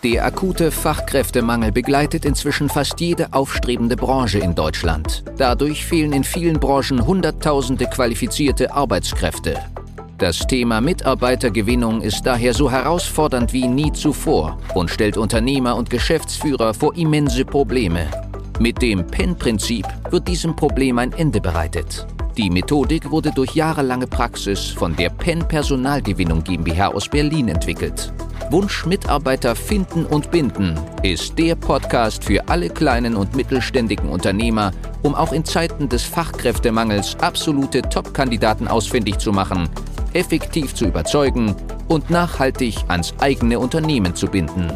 Der akute Fachkräftemangel begleitet inzwischen fast jede aufstrebende Branche in Deutschland. Dadurch fehlen in vielen Branchen Hunderttausende qualifizierte Arbeitskräfte. Das Thema Mitarbeitergewinnung ist daher so herausfordernd wie nie zuvor und stellt Unternehmer und Geschäftsführer vor immense Probleme. Mit dem PEN-Prinzip wird diesem Problem ein Ende bereitet. Die Methodik wurde durch jahrelange Praxis von der PEN Personalgewinnung GmbH aus Berlin entwickelt. Wunsch Mitarbeiter finden und binden ist der Podcast für alle kleinen und mittelständigen Unternehmer, um auch in Zeiten des Fachkräftemangels absolute Top-Kandidaten ausfindig zu machen, effektiv zu überzeugen und nachhaltig ans eigene Unternehmen zu binden.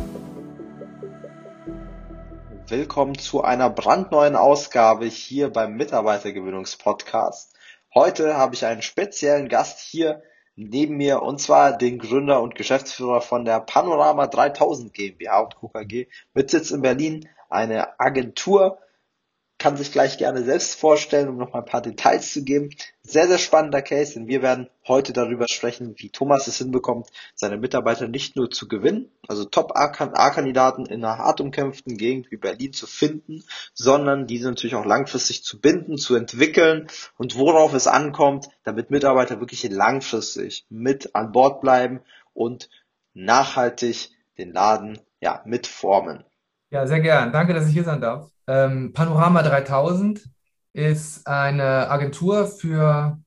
Willkommen zu einer brandneuen Ausgabe hier beim Mitarbeitergewinnungspodcast. Heute habe ich einen speziellen Gast hier neben mir, und zwar den Gründer und Geschäftsführer von der Panorama 3000 GmbH und Co. KG mit Sitz in Berlin, eine Agentur. Kann sich gleich gerne selbst vorstellen, um noch mal ein paar Details zu geben. Sehr, sehr spannender Case, denn wir werden heute darüber sprechen, wie Thomas es hinbekommt, seine Mitarbeiter nicht nur zu gewinnen, also Top-A-Kandidaten in einer hart umkämpften Gegend wie Berlin zu finden, sondern diese natürlich auch langfristig zu binden, zu entwickeln und worauf es ankommt, damit Mitarbeiter wirklich langfristig mit an Bord bleiben und nachhaltig den Laden mitformen. Ja, sehr gern. Danke, dass ich hier sein darf. Panorama 3000 ist eine Agentur für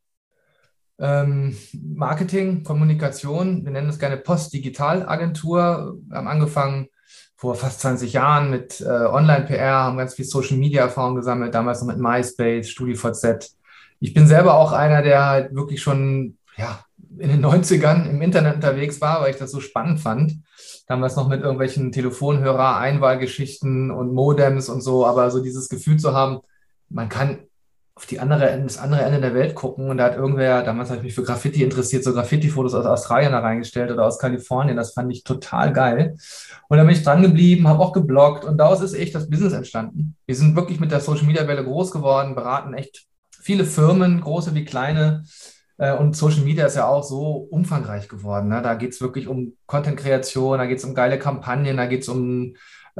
Marketing, Kommunikation. Wir nennen es gerne Post-Digital-Agentur. Wir haben angefangen vor fast 20 Jahren mit Online-PR, haben ganz viel Social-Media-Erfahrung gesammelt, damals noch mit MySpace, StudiVZ. Ich bin selber auch einer, der halt wirklich schon in den 90ern im Internet unterwegs war, weil ich das so spannend fand. Damals noch mit irgendwelchen Telefonhörer, Einwahlgeschichten und Modems und so, aber so dieses Gefühl zu haben, man kann auf das andere Ende der Welt gucken, und da hat irgendwer, damals habe ich mich für Graffiti interessiert, so Graffiti-Fotos aus Australien da reingestellt oder aus Kalifornien, das fand ich total geil. Und da bin ich dran geblieben, habe auch gebloggt, und daraus ist echt das Business entstanden. Wir sind wirklich mit der Social-Media-Welle groß geworden, beraten echt viele Firmen, große wie kleine. Und Social Media ist ja auch so umfangreich geworden. Ne? Da geht es wirklich um Content-Kreation, da geht es um geile Kampagnen, da geht es um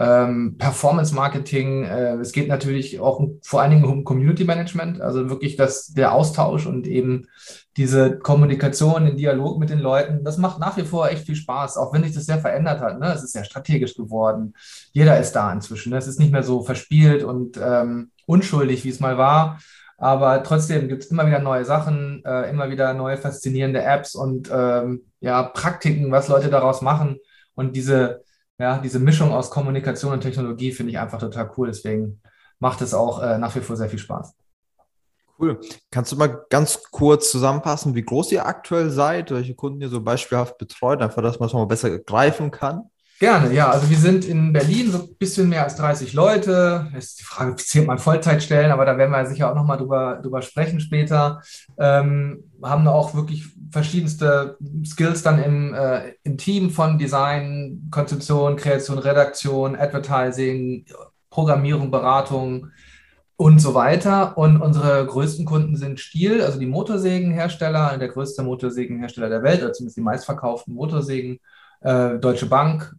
Performance-Marketing. Es geht natürlich auch vor allen Dingen um Community-Management, also wirklich der Austausch und eben diese Kommunikation, den Dialog mit den Leuten. Das macht nach wie vor echt viel Spaß, auch wenn sich das sehr verändert hat. Ne? Es ist sehr strategisch geworden. Jeder ist da inzwischen. Ne? Es ist nicht mehr so verspielt und unschuldig, wie es mal war. Aber trotzdem gibt es immer wieder neue Sachen, immer wieder neue faszinierende Apps und Praktiken, was Leute daraus machen. Und diese Mischung aus Kommunikation und Technologie finde ich einfach total cool. Deswegen macht es auch nach wie vor sehr viel Spaß. Cool. Kannst du mal ganz kurz zusammenfassen, wie groß ihr aktuell seid, welche Kunden ihr so beispielhaft betreut, einfach, dass man es mal besser greifen kann? Gerne, ja. Also wir sind in Berlin so ein bisschen mehr als 30 Leute. Ist die Frage, zählt man Vollzeitstellen, aber da werden wir sicher auch nochmal drüber sprechen später. Haben auch wirklich verschiedenste Skills dann im Team von Design, Konzeption, Kreation, Redaktion, Advertising, Programmierung, Beratung und so weiter. Und unsere größten Kunden sind Stihl, also die Motorsägenhersteller, der größte Motorsägenhersteller der Welt, oder zumindest die meistverkauften Motorsägen. Deutsche Bank,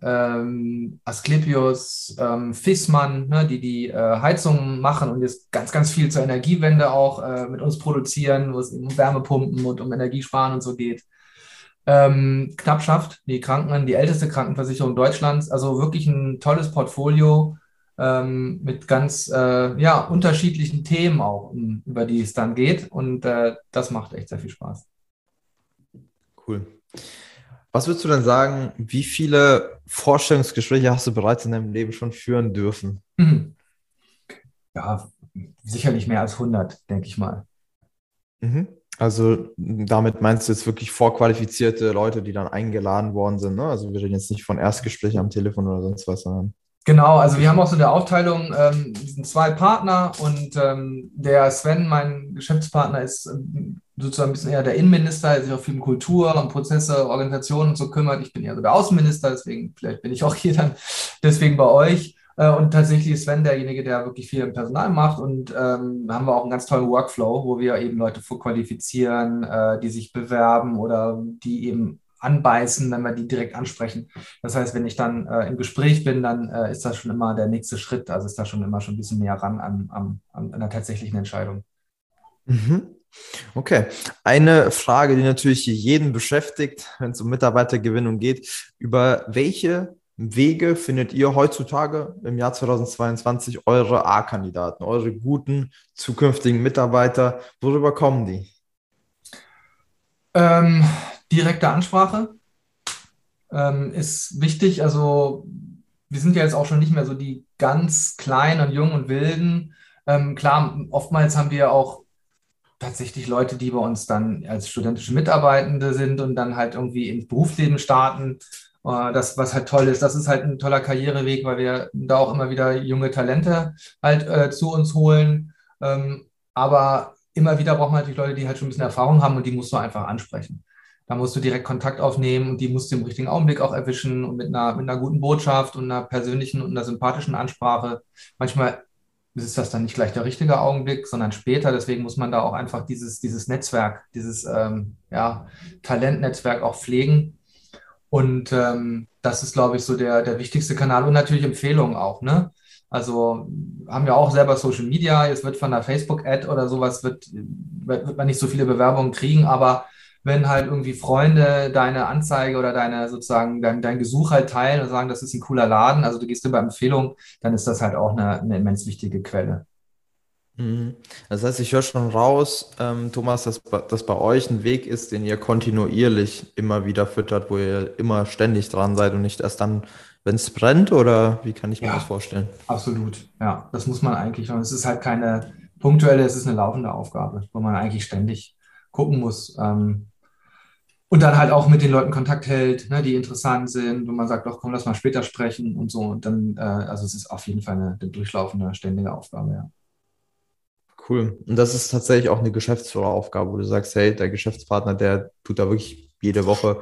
Asklepios, Viessmann, ne, die Heizungen machen und jetzt ganz, ganz viel zur Energiewende auch mit uns produzieren, wo es um Wärmepumpen und um Energiesparen und so geht. Knappschaft, die älteste Krankenversicherung Deutschlands, also wirklich ein tolles Portfolio mit ganz unterschiedlichen Themen auch, über die es dann geht, und das macht echt sehr viel Spaß. Cool. Was würdest du denn sagen, wie viele Vorstellungsgespräche hast du bereits in deinem Leben schon führen dürfen? Ja, sicherlich mehr als 100, denke ich mal. Also damit meinst du jetzt wirklich vorqualifizierte Leute, die dann eingeladen worden sind, ne? Also wir reden jetzt nicht von Erstgesprächen am Telefon oder sonst was, sondern... Genau, also wir haben auch so eine Aufteilung, wir sind 2 Partner, und der Sven, mein Geschäftspartner, ist sozusagen ein bisschen eher der Innenminister, der sich auch viel um Kultur und Prozesse, Organisationen und so kümmert. Ich bin eher so der Außenminister, deswegen, vielleicht bin ich auch hier dann deswegen bei euch. Und tatsächlich ist Sven derjenige, der wirklich viel im Personal macht, und haben wir auch einen ganz tollen Workflow, wo wir eben Leute vorqualifizieren, die sich bewerben oder die eben anbeißen, wenn wir die direkt ansprechen. Das heißt, wenn ich dann im Gespräch bin, dann ist das schon immer der nächste Schritt, also ist da schon immer schon ein bisschen näher ran an einer tatsächlichen Entscheidung. Mhm. Okay. Eine Frage, die natürlich jeden beschäftigt, wenn es um Mitarbeitergewinnung geht. Über welche Wege findet ihr heutzutage im Jahr 2022 eure A-Kandidaten, eure guten zukünftigen Mitarbeiter? Worüber kommen die? Direkte Ansprache ist wichtig. Also wir sind ja jetzt auch schon nicht mehr so die ganz kleinen und jungen und wilden. Klar, oftmals haben wir auch tatsächlich Leute, die bei uns dann als studentische Mitarbeitende sind und dann halt irgendwie ins Berufsleben starten. Das, was halt toll ist, das ist halt ein toller Karriereweg, weil wir da auch immer wieder junge Talente halt zu uns holen. Aber immer wieder braucht man natürlich Leute, die halt schon ein bisschen Erfahrung haben und die musst du einfach ansprechen. Da musst du direkt Kontakt aufnehmen und die musst du im richtigen Augenblick auch erwischen und mit einer guten Botschaft und einer persönlichen und einer sympathischen Ansprache. Manchmal ist das dann nicht gleich der richtige Augenblick, sondern später. Deswegen muss man da auch einfach dieses Netzwerk, dieses Talentnetzwerk auch pflegen. Und das ist, glaube ich, so der wichtigste Kanal und natürlich Empfehlungen auch, ne? Also haben wir auch selber Social Media. Jetzt wird von der Facebook-Ad oder sowas wird man nicht so viele Bewerbungen kriegen, aber wenn halt irgendwie Freunde deine Anzeige oder dein Gesuch halt teilen und sagen, das ist ein cooler Laden, also du gehst über Empfehlung, dann ist das halt auch eine immens wichtige Quelle. Mhm. Das heißt, ich höre schon raus, Thomas, dass das bei euch ein Weg ist, den ihr kontinuierlich immer wieder füttert, wo ihr immer ständig dran seid und nicht erst dann, wenn es brennt, oder wie kann ich mir das Ja, vorstellen? absolut. Ja, das muss man eigentlich. Und es ist halt keine punktuelle, es ist eine laufende Aufgabe, wo man eigentlich ständig gucken muss. Und dann halt auch mit den Leuten Kontakt hält, ne, die interessant sind, wo man sagt, doch, komm, lass mal später sprechen und so. Und dann, also es ist auf jeden Fall eine durchlaufende, ständige Aufgabe, ja. Cool. Und das ist tatsächlich auch eine Geschäftsführeraufgabe, wo du sagst, hey, der Geschäftspartner, der tut da wirklich jede Woche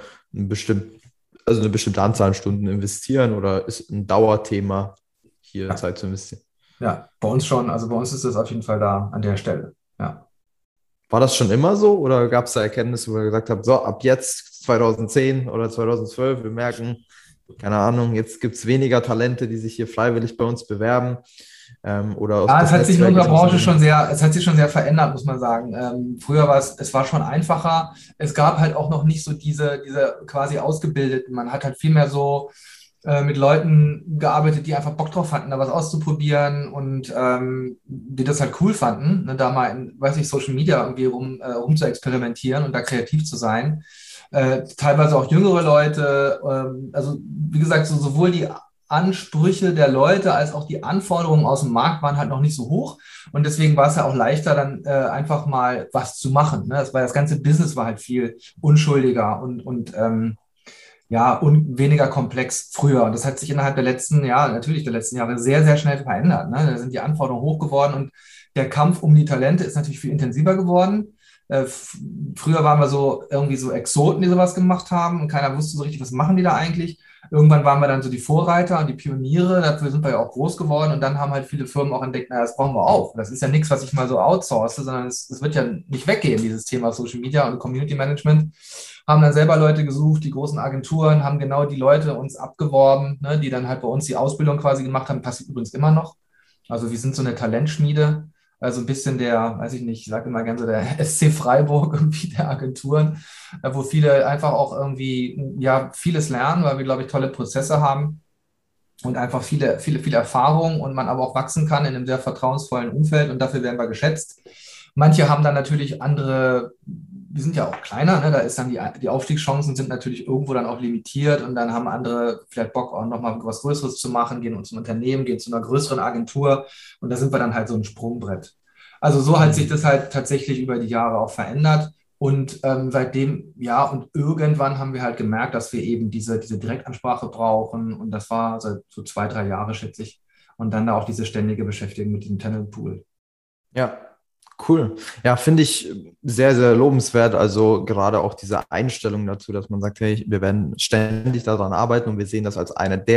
eine bestimmte Anzahl an Stunden investieren oder ist ein Dauerthema, hier Ja, Zeit zu investieren. ja, bei uns schon. Also bei uns ist das auf jeden Fall da an der Stelle. Ja. War das schon immer so oder gab es da Erkenntnisse, wo ihr gesagt habt, so ab jetzt 2010 oder 2012, wir merken, keine Ahnung, jetzt gibt es weniger Talente, die sich hier freiwillig bei uns bewerben oder Ja, es das hat sich in Netzwerk unserer ist nicht so Branche gut. es hat sich schon sehr verändert, muss man sagen. Früher es war schon einfacher. Es gab halt auch noch nicht so diese quasi Ausgebildeten. Man hat halt viel mehr so mit Leuten gearbeitet, die einfach Bock drauf hatten, da was auszuprobieren und die das halt cool fanden, ne, da mal in, weiß ich, Social Media irgendwie rum zu experimentieren und da kreativ zu sein. Teilweise auch jüngere Leute, also wie gesagt, sowohl die Ansprüche der Leute als auch die Anforderungen aus dem Markt waren halt noch nicht so hoch. Und deswegen war es ja auch leichter, dann einfach mal was zu machen. Ne? Das ganze Business war halt viel unschuldiger und weniger komplex früher. Und das hat sich innerhalb der letzten Jahre sehr, sehr schnell verändert. Ne? Da sind die Anforderungen hoch geworden und der Kampf um die Talente ist natürlich viel intensiver geworden. Früher waren wir so irgendwie so Exoten, die sowas gemacht haben und keiner wusste so richtig, was machen die da eigentlich. Irgendwann waren wir dann so die Vorreiter und die Pioniere, dafür sind wir ja auch groß geworden und dann haben halt viele Firmen auch entdeckt, naja, das brauchen wir auch. Das ist ja nichts, was ich mal so outsource, sondern es wird ja nicht weggehen, dieses Thema Social Media und Community Management. Haben dann selber Leute gesucht, die großen Agenturen haben genau die Leute uns abgeworben, ne, die dann halt bei uns die Ausbildung quasi gemacht haben, passiert übrigens immer noch. Also wir sind so eine Talentschmiede, also ein bisschen weiß ich nicht, ich sage immer gerne so der SC Freiburg irgendwie der Agenturen, wo viele einfach auch irgendwie, ja, vieles lernen, weil wir, glaube ich, tolle Prozesse haben und einfach viele Erfahrung und man aber auch wachsen kann in einem sehr vertrauensvollen Umfeld und dafür werden wir geschätzt. Manche haben dann natürlich andere, die sind ja auch kleiner, ne? Da ist dann die Aufstiegschancen sind natürlich irgendwo dann auch limitiert und dann haben andere vielleicht Bock auch nochmal was Größeres zu machen, gehen uns zum Unternehmen, gehen zu einer größeren Agentur und da sind wir dann halt so ein Sprungbrett. Also so hat sich Mhm. das halt tatsächlich über die Jahre auch verändert. Und seitdem, ja, und irgendwann haben wir halt gemerkt, dass wir eben diese Direktansprache brauchen. Und das war seit so 2, 3 Jahre, schätze ich. Und dann da auch diese ständige Beschäftigung mit dem Talentpool. Ja, cool. Ja, finde ich sehr, sehr lobenswert. Also gerade auch diese Einstellung dazu, dass man sagt, hey, wir werden ständig daran arbeiten und wir sehen das als eine der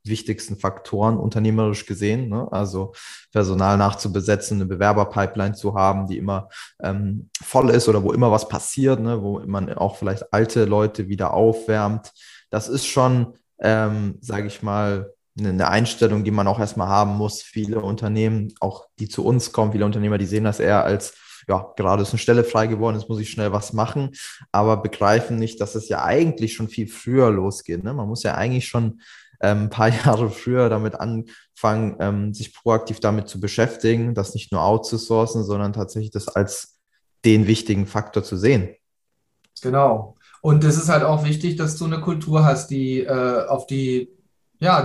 wichtigsten Faktoren unternehmerisch gesehen, ne? Also Personal nachzubesetzen, eine Bewerberpipeline zu haben, die immer voll ist oder wo immer was passiert, ne? Wo man auch vielleicht alte Leute wieder aufwärmt. Das ist schon, sage ich mal, eine Einstellung, die man auch erstmal haben muss. Viele Unternehmen, auch die zu uns kommen, viele Unternehmer, die sehen das eher als, ja, gerade ist eine Stelle frei geworden, jetzt muss ich schnell was machen, aber begreifen nicht, dass es ja eigentlich schon viel früher losgeht, ne? Man muss ja eigentlich schon ein paar Jahre früher damit anfangen, sich proaktiv damit zu beschäftigen, das nicht nur outzusourcen, sondern tatsächlich das als den wichtigen Faktor zu sehen. Genau. Und es ist halt auch wichtig, dass du eine Kultur hast, die auf die, ja,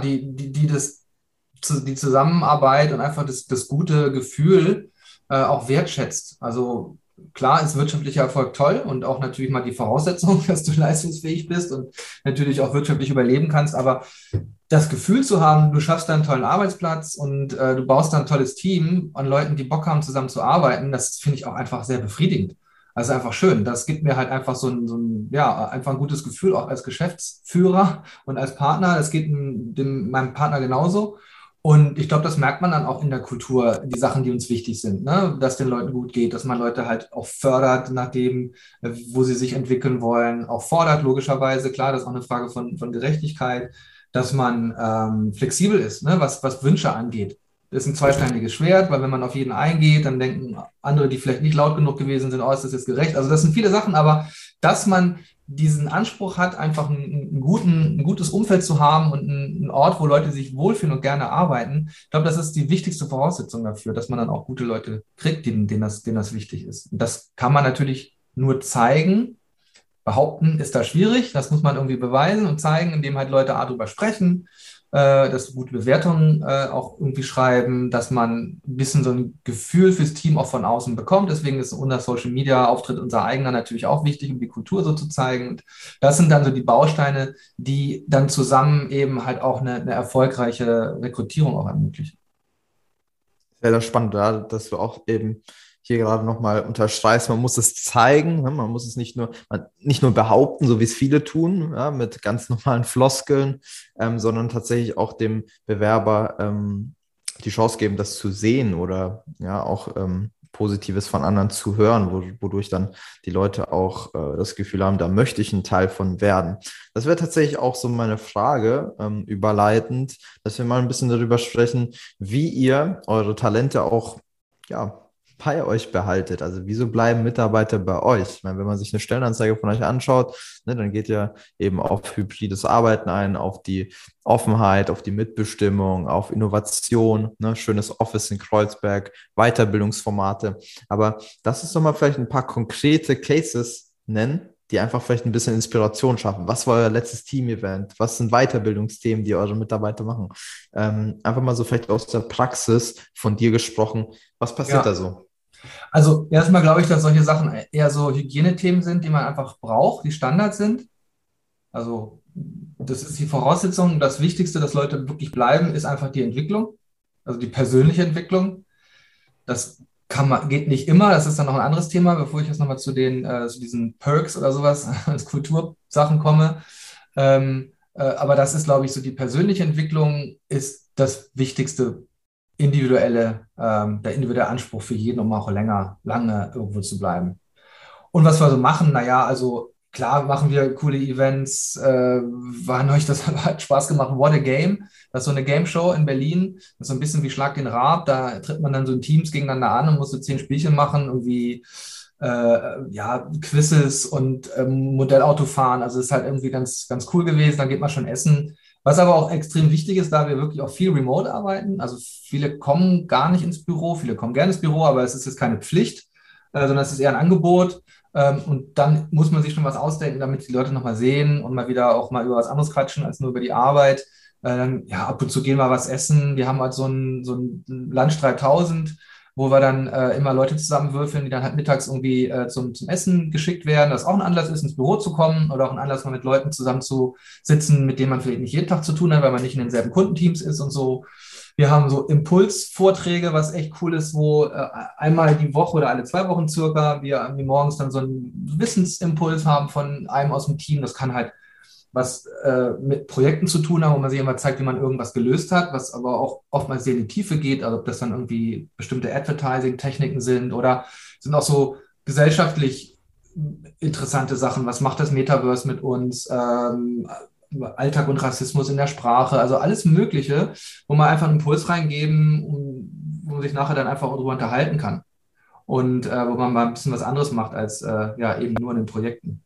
die Zusammenarbeit und einfach das gute Gefühl auch wertschätzt. Also klar ist wirtschaftlicher Erfolg toll und auch natürlich mal die Voraussetzung, dass du leistungsfähig bist und natürlich auch wirtschaftlich überleben kannst, aber das Gefühl zu haben, du schaffst da einen tollen Arbeitsplatz und du baust da ein tolles Team an Leuten, die Bock haben, zusammen zu arbeiten, das finde ich auch einfach sehr befriedigend. Also einfach schön. Das gibt mir halt einfach ja, einfach ein gutes Gefühl, auch als Geschäftsführer und als Partner. Das geht meinem Partner genauso. Und ich glaube, das merkt man dann auch in der Kultur, die Sachen, die uns wichtig sind, ne? Dass den Leuten gut geht, dass man Leute halt auch fördert nach dem, wo sie sich entwickeln wollen, auch fordert, logischerweise. Klar, das ist auch eine Frage von Gerechtigkeit, dass man flexibel ist, ne? Was Wünsche angeht. Das ist ein zweischneidiges Schwert, weil wenn man auf jeden eingeht, dann denken andere, die vielleicht nicht laut genug gewesen sind, oh, ist das jetzt gerecht? Also das sind viele Sachen, aber dass man diesen Anspruch hat, einfach ein gutes Umfeld zu haben und einen Ort, wo Leute sich wohlfühlen und gerne arbeiten, ich glaube, das ist die wichtigste Voraussetzung dafür, dass man dann auch gute Leute kriegt, denen das wichtig ist. Und das kann man natürlich nur zeigen. Behaupten ist da schwierig, das muss man irgendwie beweisen und zeigen, indem halt Leute darüber sprechen, dass sie gute Bewertungen auch irgendwie schreiben, dass man ein bisschen so ein Gefühl fürs Team auch von außen bekommt. Deswegen ist unser Social-Media-Auftritt, unser eigener, natürlich auch wichtig, um die Kultur so zu zeigen. Und das sind dann so die Bausteine, die dann zusammen eben halt auch eine erfolgreiche Rekrutierung auch ermöglichen. Sehr spannend, ja, dass du auch eben hier gerade nochmal unterstreichst, man muss es zeigen, ne? Man muss es nicht nur behaupten, so wie es viele tun, ja, mit ganz normalen Floskeln, sondern tatsächlich auch dem Bewerber die Chance geben, das zu sehen oder ja auch Positives von anderen zu hören, wodurch dann die Leute auch das Gefühl haben, da möchte ich ein Teil von werden. Das wäre tatsächlich auch so meine Frage, überleitend, dass wir mal ein bisschen darüber sprechen, wie ihr eure Talente auch, ja, bei euch behaltet. Also wieso bleiben Mitarbeiter bei euch? Ich meine, wenn man sich eine Stellenanzeige von euch anschaut, ne, dann geht ja eben auf hybrides Arbeiten ein, auf die Offenheit, auf die Mitbestimmung, auf Innovation, ne, schönes Office in Kreuzberg, Weiterbildungsformate. Aber lass uns doch mal vielleicht ein paar konkrete Cases nennen, die einfach vielleicht ein bisschen Inspiration schaffen. Was war euer letztes Team-Event? Was sind Weiterbildungsthemen, die eure Mitarbeiter machen? Einfach mal so vielleicht aus der Praxis von dir gesprochen. Was passiert da so? Also erstmal glaube ich, dass solche Sachen eher so Hygienethemen sind, die man einfach braucht, die Standard sind. Also das ist die Voraussetzung. Das Wichtigste, dass Leute wirklich bleiben, ist einfach die Entwicklung, also die persönliche Entwicklung. Das geht nicht immer, das ist dann noch ein anderes Thema, bevor ich jetzt nochmal zu diesen Perks oder sowas als Kultursachen komme. Aber das ist, glaube ich, so die persönliche Entwicklung ist das Wichtigste, der individuelle Anspruch für jeden, um auch lange irgendwo zu bleiben. Und was wir so machen, naja, also klar machen wir coole Events, das hat Spaß gemacht, What a Game, das ist so eine Game Show in Berlin, das ist so ein bisschen wie Schlag den Raab, da tritt man dann so in Teams gegeneinander an und muss so 10 Spielchen machen, irgendwie Quizzes und Modellauto fahren, also ist halt irgendwie ganz, ganz cool gewesen, dann geht man schon essen. Was aber auch extrem wichtig ist, da wir wirklich auch viel remote arbeiten, also viele kommen gar nicht ins Büro, viele kommen gerne ins Büro, aber es ist jetzt keine Pflicht, sondern es ist eher ein Angebot. Und dann muss man sich schon was ausdenken, damit die Leute nochmal sehen und mal wieder auch mal über was anderes quatschen als nur über die Arbeit. Ab und zu gehen wir was essen. Wir haben halt so ein Lunch 3000, wo wir dann immer Leute zusammenwürfeln, die dann halt mittags irgendwie zum Essen geschickt werden. Das auch ein Anlass ist, ins Büro zu kommen oder auch ein Anlass, mal mit Leuten zusammen zu sitzen, mit denen man vielleicht nicht jeden Tag zu tun hat, weil man nicht in denselben Kundenteams ist und so. Wir haben so Impulsvorträge, was echt cool ist, wo einmal die Woche oder alle 2 Wochen circa wir morgens dann so einen Wissensimpuls haben von einem aus dem Team. Das kann halt was mit Projekten zu tun haben, wo man sich immer zeigt, wie man irgendwas gelöst hat, was aber auch oftmals sehr in die Tiefe geht, also ob das dann irgendwie bestimmte Advertising-Techniken sind oder sind auch so gesellschaftlich interessante Sachen. Was macht das Metaverse mit uns? Alltag und Rassismus in der Sprache, also alles Mögliche, wo man einfach einen Impuls reingeben, wo man sich nachher dann einfach darüber unterhalten kann. Und wo man mal ein bisschen was anderes macht als ja eben nur in den Projekten.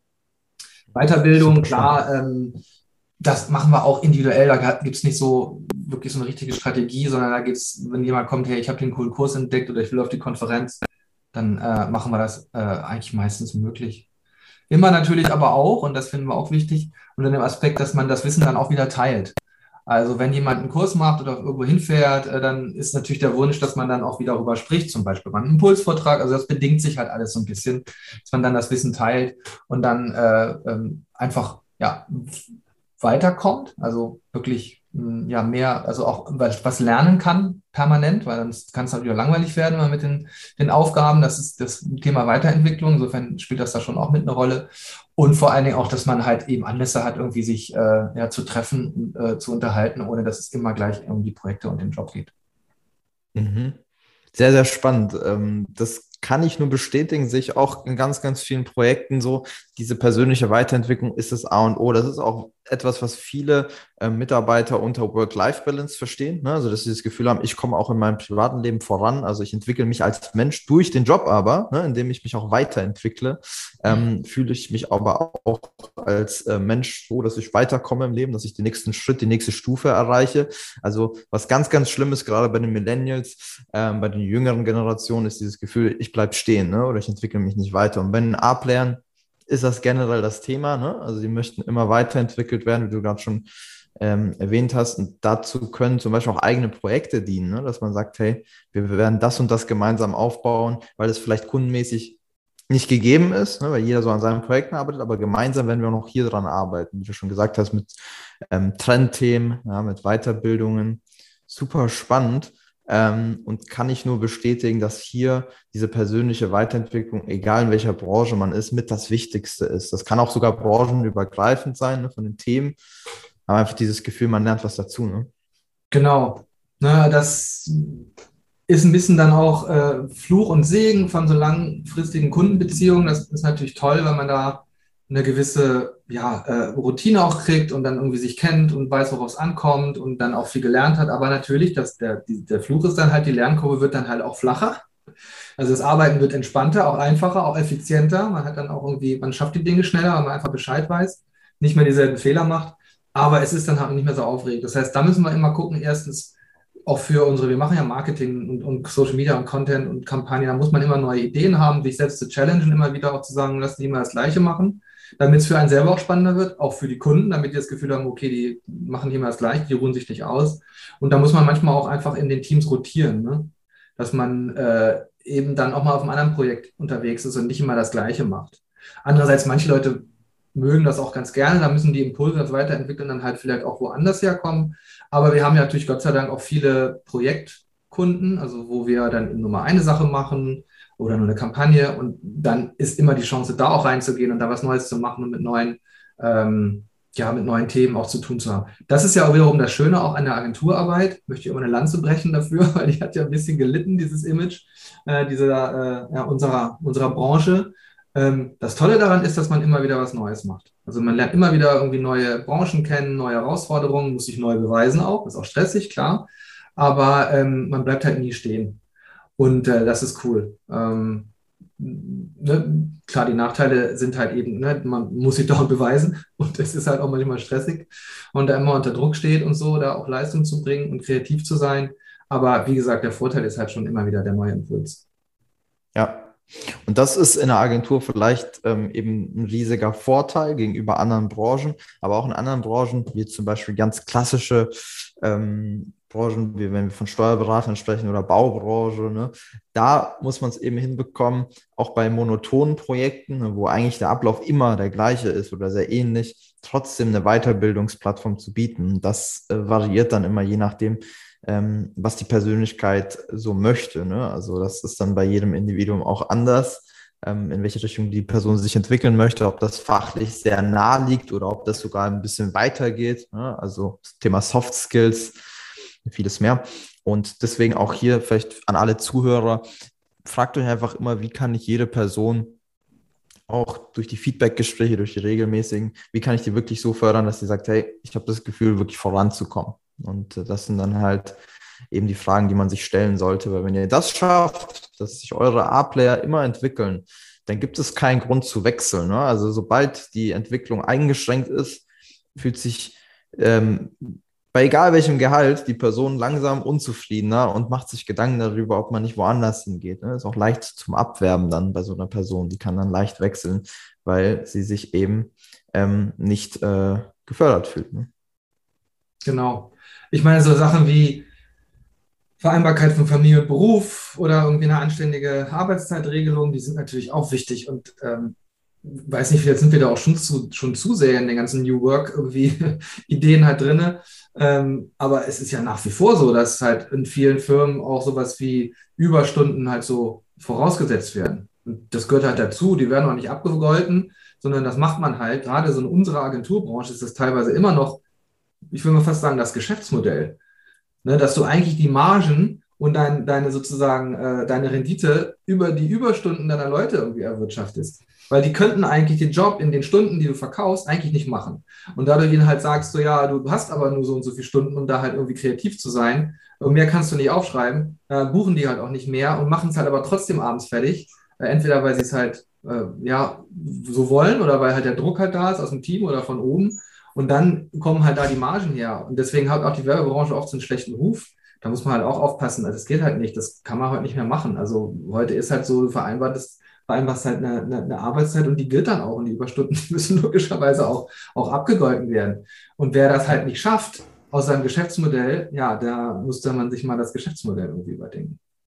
Weiterbildung, Super spannend. klar, das machen wir auch individuell. Da gibt es nicht so wirklich so eine richtige Strategie, sondern da gibt es, wenn jemand kommt, hey, ich habe den coolen Kurs entdeckt oder ich will auf die Konferenz, dann machen wir das eigentlich meistens möglich. Immer natürlich aber auch, und das finden wir auch wichtig, unter dem Aspekt, dass man das Wissen dann auch wieder teilt. Also wenn jemand einen Kurs macht oder irgendwo hinfährt, dann ist natürlich der Wunsch, dass man dann auch wieder darüber spricht, zum Beispiel beim Impulsvortrag. Also das bedingt sich halt alles so ein bisschen, dass man dann das Wissen teilt und dann einfach ja, weiterkommt, also wirklich ja mehr, also auch was lernen kann permanent, weil sonst kann es halt wieder langweilig werden mal mit den Aufgaben. Das ist das Thema Weiterentwicklung. Insofern spielt das da schon auch mit eine Rolle. Und vor allen Dingen auch, dass man halt eben Anlässe hat, irgendwie sich ja, zu treffen, zu unterhalten, ohne dass es immer gleich um die Projekte und den Job geht. Mhm. Sehr, sehr spannend. Das kann ich nur bestätigen, sehe ich auch in ganz, ganz vielen Projekten so. Diese persönliche Weiterentwicklung ist das A und O. Das ist auch etwas, was viele Mitarbeiter unter Work-Life-Balance verstehen. Ne? Also, dass sie das Gefühl haben, ich komme auch in meinem privaten Leben voran. Also, ich entwickle mich als Mensch durch den Job aber, ne, indem ich mich auch weiterentwickle, fühle ich mich aber auch als Mensch so, dass ich weiterkomme im Leben, dass ich den nächsten Schritt, die nächste Stufe erreiche. Also, was ganz, ganz schlimm ist, gerade bei den Millennials, bei den jüngeren Generationen, ist dieses Gefühl, ich bleibe stehen, ne, oder ich entwickle mich nicht weiter. Und wenn A-Playern ist das generell das Thema, ne? Also die möchten immer weiterentwickelt werden, wie du gerade schon erwähnt hast. Und dazu können zum Beispiel auch eigene Projekte dienen, ne? Dass man sagt, hey, wir werden das und das gemeinsam aufbauen, weil es vielleicht kundenmäßig nicht gegeben ist, ne? Weil jeder so an seinen Projekten arbeitet, aber gemeinsam werden wir auch noch hier dran arbeiten, wie du schon gesagt hast, mit Trendthemen, ja, mit Weiterbildungen. Super spannend. Und kann ich nur bestätigen, dass hier diese persönliche Weiterentwicklung, egal in welcher Branche man ist, mit das Wichtigste ist. Das kann auch sogar branchenübergreifend sein, ne, von den Themen, aber einfach dieses Gefühl, man lernt was dazu. Ne? Genau. Na, das ist ein bisschen dann auch Fluch und Segen von so langfristigen Kundenbeziehungen. Das ist natürlich toll, weil man da eine gewisse ja, Routine auch kriegt und dann irgendwie sich kennt und weiß, worauf es ankommt und dann auch viel gelernt hat. Aber natürlich, der Fluch ist dann halt, die Lernkurve wird dann halt auch flacher. Also das Arbeiten wird entspannter, auch einfacher, auch effizienter. Man hat dann auch irgendwie, man schafft die Dinge schneller, weil man einfach Bescheid weiß, nicht mehr dieselben Fehler macht. Aber es ist dann halt nicht mehr so aufregend. Das heißt, da müssen wir immer gucken, erstens auch für unsere, wir machen ja Marketing und Social Media und Content und Kampagnen, da muss man immer neue Ideen haben, sich selbst zu challengen, immer wieder auch zu sagen, lass die immer das Gleiche machen, damit es für einen selber auch spannender wird, auch für die Kunden, damit die das Gefühl haben, okay, die machen hier immer das Gleiche, die ruhen sich nicht aus. Und da muss man manchmal auch einfach in den Teams rotieren, ne? Dass man eben dann auch mal auf einem anderen Projekt unterwegs ist und nicht immer das Gleiche macht. Andererseits, manche Leute mögen das auch ganz gerne, da müssen die Impulse, das Weiterentwickeln dann halt vielleicht auch woanders herkommen. Aber wir haben ja natürlich Gott sei Dank auch viele Projektkunden, also wo wir dann nur mal eine Sache machen oder nur eine Kampagne und dann ist immer die Chance, da auch reinzugehen und da was Neues zu machen und ja, mit neuen Themen auch zu tun zu haben. Das ist ja auch wiederum das Schöne auch an der Agenturarbeit. Möchte ich immer eine Lanze brechen dafür, weil die hat ja ein bisschen gelitten, dieses Image ja, unserer Branche. Das Tolle daran ist, dass man immer wieder was Neues macht. Also man lernt immer wieder irgendwie neue Branchen kennen, neue Herausforderungen, muss sich neu beweisen auch. Ist auch stressig, klar. Aber man bleibt halt nie stehen. Und das ist cool. Ne? Klar, die Nachteile sind halt eben, ne? Man muss sich dauernd beweisen und es ist halt auch manchmal stressig und da immer unter Druck steht und so, da auch Leistung zu bringen und kreativ zu sein. Aber wie gesagt, der Vorteil ist halt schon immer wieder der neue Impuls. Ja. Und das ist in der Agentur vielleicht eben ein riesiger Vorteil gegenüber anderen Branchen, aber auch in anderen Branchen, wie zum Beispiel ganz klassische Branchen, wie wenn wir von Steuerberatern sprechen oder Baubranche, ne, da muss man es eben hinbekommen, auch bei monotonen Projekten, ne, wo eigentlich der Ablauf immer der gleiche ist oder sehr ähnlich, trotzdem eine Weiterbildungsplattform zu bieten. Das variiert dann immer je nachdem, was die Persönlichkeit so möchte. Ne? Also das ist dann bei jedem Individuum auch anders. in welche Richtung die Person sich entwickeln möchte, ob das fachlich sehr nah liegt oder ob das sogar ein bisschen weiter geht. Also das Thema Soft Skills, vieles mehr. Und deswegen auch hier vielleicht an alle Zuhörer, fragt euch einfach immer, wie kann ich jede Person auch durch die Feedback-Gespräche, durch die regelmäßigen, wie kann ich die wirklich so fördern, dass sie sagt, hey, ich habe das Gefühl, wirklich voranzukommen. Und das sind dann halt eben die Fragen, die man sich stellen sollte, weil wenn ihr das schafft, dass sich eure A-Player immer entwickeln, dann gibt es keinen Grund zu wechseln. Ne? Also sobald die Entwicklung eingeschränkt ist, fühlt sich bei egal welchem Gehalt die Person langsam unzufriedener und macht sich Gedanken darüber, ob man nicht woanders hingeht. Ne? Ist auch leicht zum Abwerben dann bei so einer Person, die kann dann leicht wechseln, weil sie sich eben nicht gefördert fühlt. Ne? Genau. Ich meine, so Sachen wie Vereinbarkeit von Familie und Beruf oder irgendwie eine anständige Arbeitszeitregelung, die sind natürlich auch wichtig und weiß nicht, vielleicht sind wir da auch schon zu sehr in den ganzen New Work irgendwie Ideen halt drin. Aber es ist ja nach wie vor so, dass halt in vielen Firmen auch sowas wie Überstunden halt so vorausgesetzt werden. Und das gehört halt dazu, die werden auch nicht abgegolten, sondern das macht man halt. Gerade so in unserer Agenturbranche ist das teilweise immer noch, ich will mal fast sagen, das Geschäftsmodell. Ne, dass du eigentlich die Margen und deine sozusagen deine Rendite über die Überstunden deiner Leute irgendwie erwirtschaftest. Weil die könnten eigentlich den Job in den Stunden, die du verkaufst, eigentlich nicht machen. Und dadurch ihnen halt sagst du, ja, du hast aber nur so und so viele Stunden, um da halt irgendwie kreativ zu sein. Und mehr kannst du nicht aufschreiben, buchen die halt auch nicht mehr und machen es halt aber trotzdem abends fertig. Entweder weil sie es halt so wollen oder weil halt der Druck halt da ist aus dem Team oder von oben. Und dann kommen halt da die Margen her. Und deswegen hat auch die Werbebranche oft so einen schlechten Ruf. Da muss man halt auch aufpassen. Also es geht halt nicht, das kann man heute nicht mehr machen. Also heute ist halt so, du vereinbarst halt eine Arbeitszeit und die gilt dann auch. Und die Überstunden müssen logischerweise auch abgegolten werden. Und wer das halt nicht schafft aus seinem Geschäftsmodell, ja, da musste man sich mal das Geschäftsmodell irgendwie überdenken.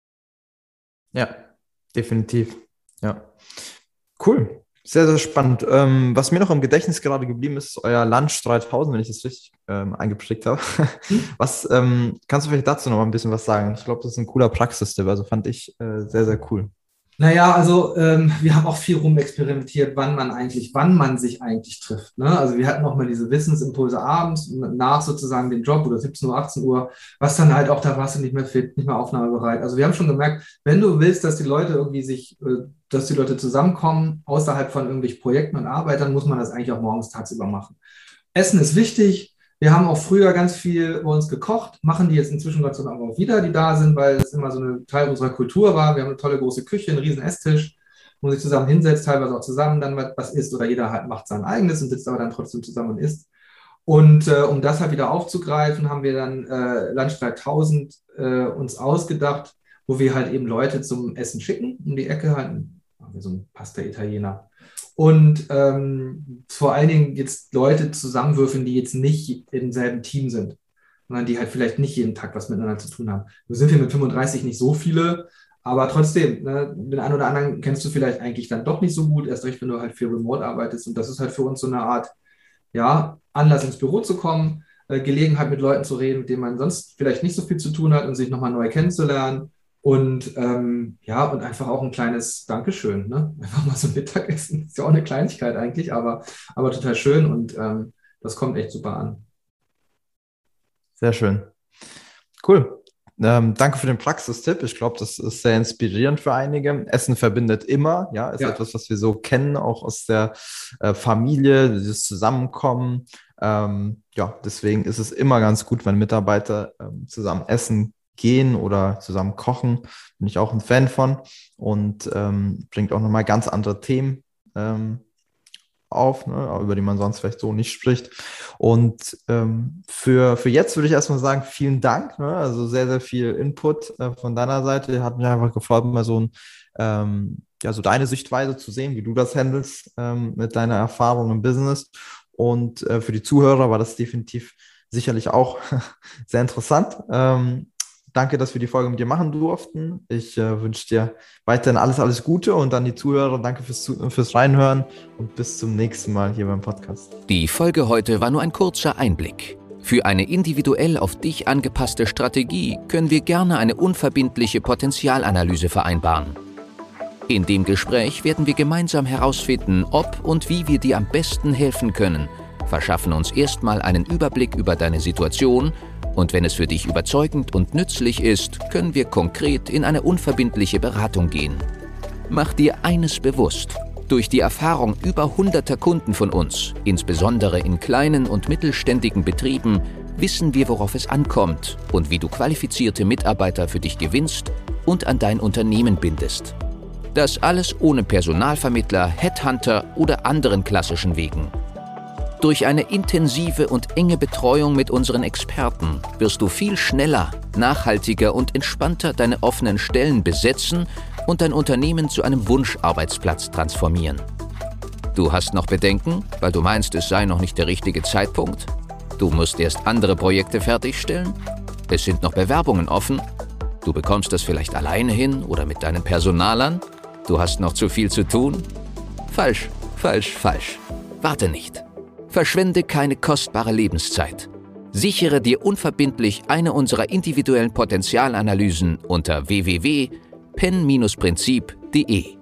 Ja, definitiv. Ja, cool. Sehr, sehr spannend. Was mir noch im Gedächtnis gerade geblieben ist, ist euer Lunch 3000, wenn ich das richtig eingeprägt habe. Was kannst du vielleicht dazu noch mal ein bisschen was sagen? Ich glaube, das ist ein cooler Praxistipp, also fand ich sehr, sehr cool. Naja, also wir haben auch viel rumexperimentiert, wann man sich eigentlich trifft. Ne? Also wir hatten auch mal diese Wissensimpulse abends, nach sozusagen dem Job oder 17 Uhr, 18 Uhr, was dann halt auch, da warst du nicht mehr fit, nicht mehr aufnahmebereit. Also wir haben schon gemerkt, wenn du willst, dass die Leute dass die Leute zusammenkommen, außerhalb von irgendwelchen Projekten und Arbeit, dann muss man das eigentlich auch morgens, tagsüber machen. Essen ist wichtig. Wir haben auch früher ganz viel bei uns gekocht, machen die jetzt inzwischen Gott sei Dank auch wieder, die da sind, weil es immer so ein Teil unserer Kultur war. Wir haben eine tolle große Küche, einen riesen Esstisch, wo man sich zusammen hinsetzt, teilweise auch zusammen dann was isst oder jeder halt macht sein eigenes und sitzt aber dann trotzdem zusammen und isst. Und um das halt wieder aufzugreifen, haben wir dann Lunch 3000 uns ausgedacht, wo wir halt eben Leute zum Essen schicken, um die Ecke halt, machen wir so ein Pasta-Italiener. Und vor allen Dingen jetzt Leute zusammenwürfeln, die jetzt nicht im selben Team sind, sondern die halt vielleicht nicht jeden Tag was miteinander zu tun haben. Wir sind hier mit 35 nicht so viele, aber trotzdem, ne, den einen oder anderen kennst du vielleicht eigentlich dann doch nicht so gut, erst recht, wenn du halt viel remote arbeitest. Und das ist halt für uns so eine Art, ja, Anlass ins Büro zu kommen, Gelegenheit mit Leuten zu reden, mit denen man sonst vielleicht nicht so viel zu tun hat und sich nochmal neu kennenzulernen. Und ja, und einfach auch ein kleines Dankeschön, ne? Einfach mal so ein Mittagessen. Ist ja auch eine Kleinigkeit eigentlich, aber total schön und das kommt echt super an. Sehr schön. Cool. Danke für den Praxistipp. Ich glaube, das ist sehr inspirierend für einige. Essen verbindet immer, ja, ist etwas, was wir so kennen, auch aus der Familie, dieses Zusammenkommen. Ja, deswegen ist es immer ganz gut, wenn Mitarbeiter zusammen essen gehen oder zusammen kochen. Bin ich auch ein Fan von und bringt auch nochmal ganz andere Themen auf, ne, über die man sonst vielleicht so nicht spricht. Und für jetzt würde ich erstmal sagen, vielen Dank. Ne? Also sehr, sehr viel Input von deiner Seite. Hat mich einfach gefreut, mal so so deine Sichtweise zu sehen, wie du das handelst mit deiner Erfahrung im Business. Und für die Zuhörer war das definitiv sicherlich auch sehr interessant. Danke, dass wir die Folge mit dir machen durften. Ich wünsche dir weiterhin alles Gute und an die Zuhörer danke fürs Reinhören und bis zum nächsten Mal hier beim Podcast. Die Folge heute war nur ein kurzer Einblick. Für eine individuell auf dich angepasste Strategie können wir gerne eine unverbindliche Potenzialanalyse vereinbaren. In dem Gespräch werden wir gemeinsam herausfinden, ob und wie wir dir am besten helfen können, verschaffen uns erstmal einen Überblick über deine Situation und wenn es für dich überzeugend und nützlich ist, können wir konkret in eine unverbindliche Beratung gehen. Mach dir eines bewusst: Durch die Erfahrung über hunderter Kunden von uns, insbesondere in kleinen und mittelständigen Betrieben, wissen wir, worauf es ankommt und wie du qualifizierte Mitarbeiter für dich gewinnst und an dein Unternehmen bindest. Das alles ohne Personalvermittler, Headhunter oder anderen klassischen Wegen. Durch eine intensive und enge Betreuung mit unseren Experten wirst du viel schneller, nachhaltiger und entspannter deine offenen Stellen besetzen und dein Unternehmen zu einem Wunscharbeitsplatz transformieren. Du hast noch Bedenken, weil du meinst, es sei noch nicht der richtige Zeitpunkt? Du musst erst andere Projekte fertigstellen? Es sind noch Bewerbungen offen? Du bekommst das vielleicht alleine hin oder mit deinen Personalern? Du hast noch zu viel zu tun? Falsch, falsch, falsch. Warte nicht. Verschwende keine kostbare Lebenszeit. Sichere dir unverbindlich eine unserer individuellen Potenzialanalysen unter www.pen-prinzip.de.